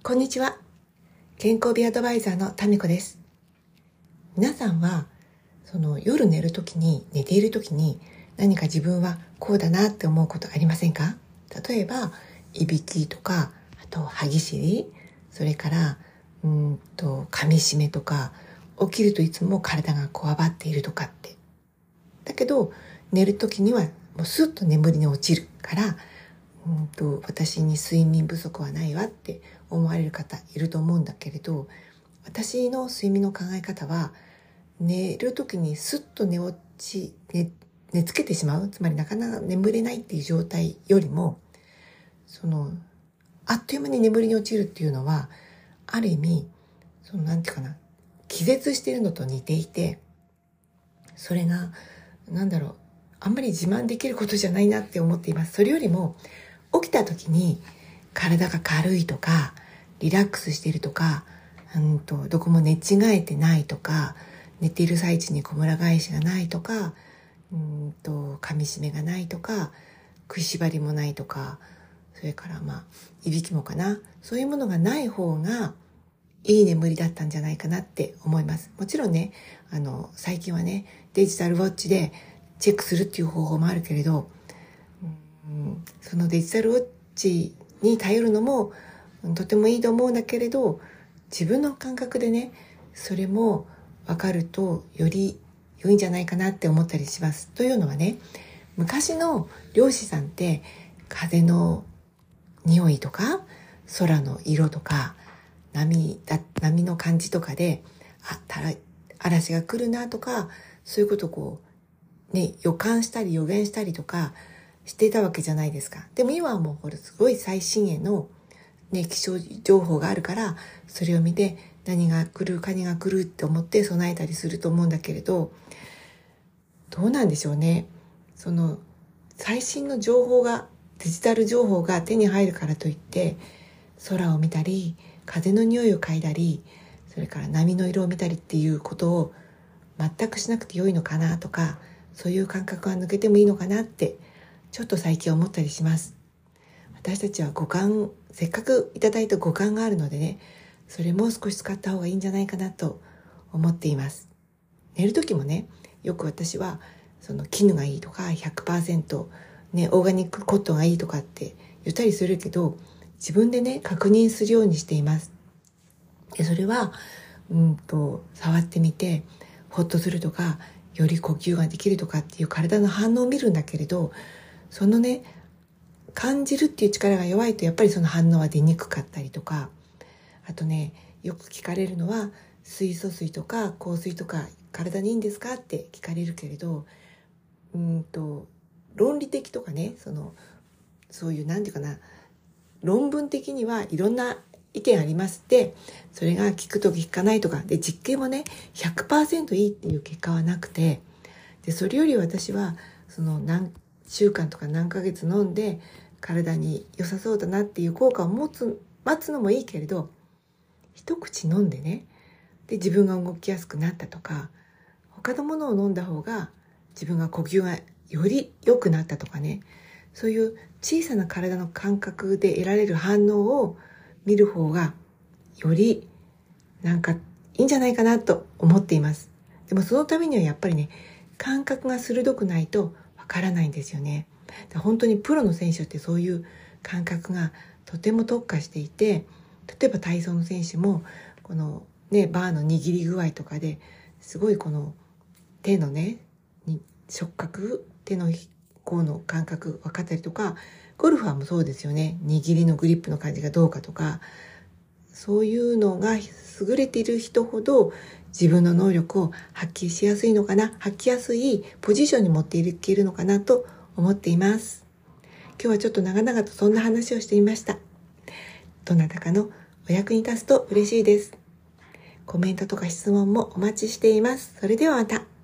こんにちは。健康美アドバイザーのタミコです。皆さんは夜寝ている時に何か自分はこうだなって思うことありませんか？例えばいびきとか、あと歯ぎしり、それから噛み締めとか、起きるといつも体がこわばっているとかって。だけど寝る時にはもうスッと眠りに落ちるから私に睡眠不足はないわって思われる方いると思うんだけれど、私の睡眠の考え方は、寝る時にスッと寝つけてしまう、つまりなかなか眠れないっていう状態よりも、あっという間に眠りに落ちるっていうのは、ある意味気絶しているのと似ていて、それがあんまり自慢できることじゃないなって思っています。それよりも起きた時に体が軽いとか、リラックスしているとか、どこも寝違えてないとか、寝ている最中にこむら返しがないとか、噛み締めがないとか、食いしばりもないとか、それからいびきもかな、そういうものがない方がいい眠りだったんじゃないかなって思います。もちろんね、最近はね、デジタルウォッチでチェックするっていう方法もあるけれど、そのデジタルウォッチに頼るのもとてもいいと思うんだけれど、自分の感覚でね、それも分かるとより良いんじゃないかなって思ったりします。というのはね、昔の漁師さんって風の匂いとか空の色とか波の感じとかで、嵐が来るなとか、そういうことを予感したり予言したりとかしていたわけじゃないですか。でも今はもうすごい最新鋭の気象情報があるから、それを見て何が来るって思って備えたりすると思うんだけれど、どうなんでしょうね。その最新の情報が、デジタル情報が手に入るからといって空を見たり風の匂いを嗅いだり、それから波の色を見たりっていうことを全くしなくて良いのかなとか、そういう感覚が抜けてもいいのかなってちょっと最近思ったりします。私たちはせっかくいただいた五感があるのでね、それも少し使った方がいいんじゃないかなと思っています。寝る時もね、よく私は絹がいいとか 100%、オーガニックコットンがいいとかって言ったりするけど、自分でね確認するようにしています。でそれは触ってみてホッとするとか、より呼吸ができるとかっていう体の反応を見るんだけれど、そのね感じるっていう力が弱いとやっぱりその反応は出にくかったりとか、あとね、よく聞かれるのは水素水とか香水とか体にいいんですかって聞かれるけれど、論理的とかね、そういう論文的にはいろんな意見ありますって、それが効くとか効かないとかで、実験もね 100% いいっていう結果はなくて、でそれより私は何週間とか何ヶ月飲んで体に良さそうだなっていう効果を待つのもいいけれど、一口飲んでね、で自分が動きやすくなったとか、他のものを飲んだ方が自分が呼吸がより良くなったとかね、そういう小さな体の感覚で得られる反応を見る方がよりいいんじゃないかなと思っています。でもそのためにはやっぱりね、感覚が鋭くないとわからないんですよね。本当にプロの選手ってそういう感覚がとても特化していて、例えば体操の選手もバーの握り具合とかですごい手の触覚、手の甲の感覚分かったりとか、ゴルファーもそうですよね。握りのグリップの感じがどうかとか、そういうのが優れている人ほど自分の能力を発揮しやすいのかな、発揮やすいポジションに持っていけるのかなと思っています。今日はちょっと長々とそんな話をしてみました。どなたかのお役に立つと嬉しいです。コメントとか質問もお待ちしています。それではまた。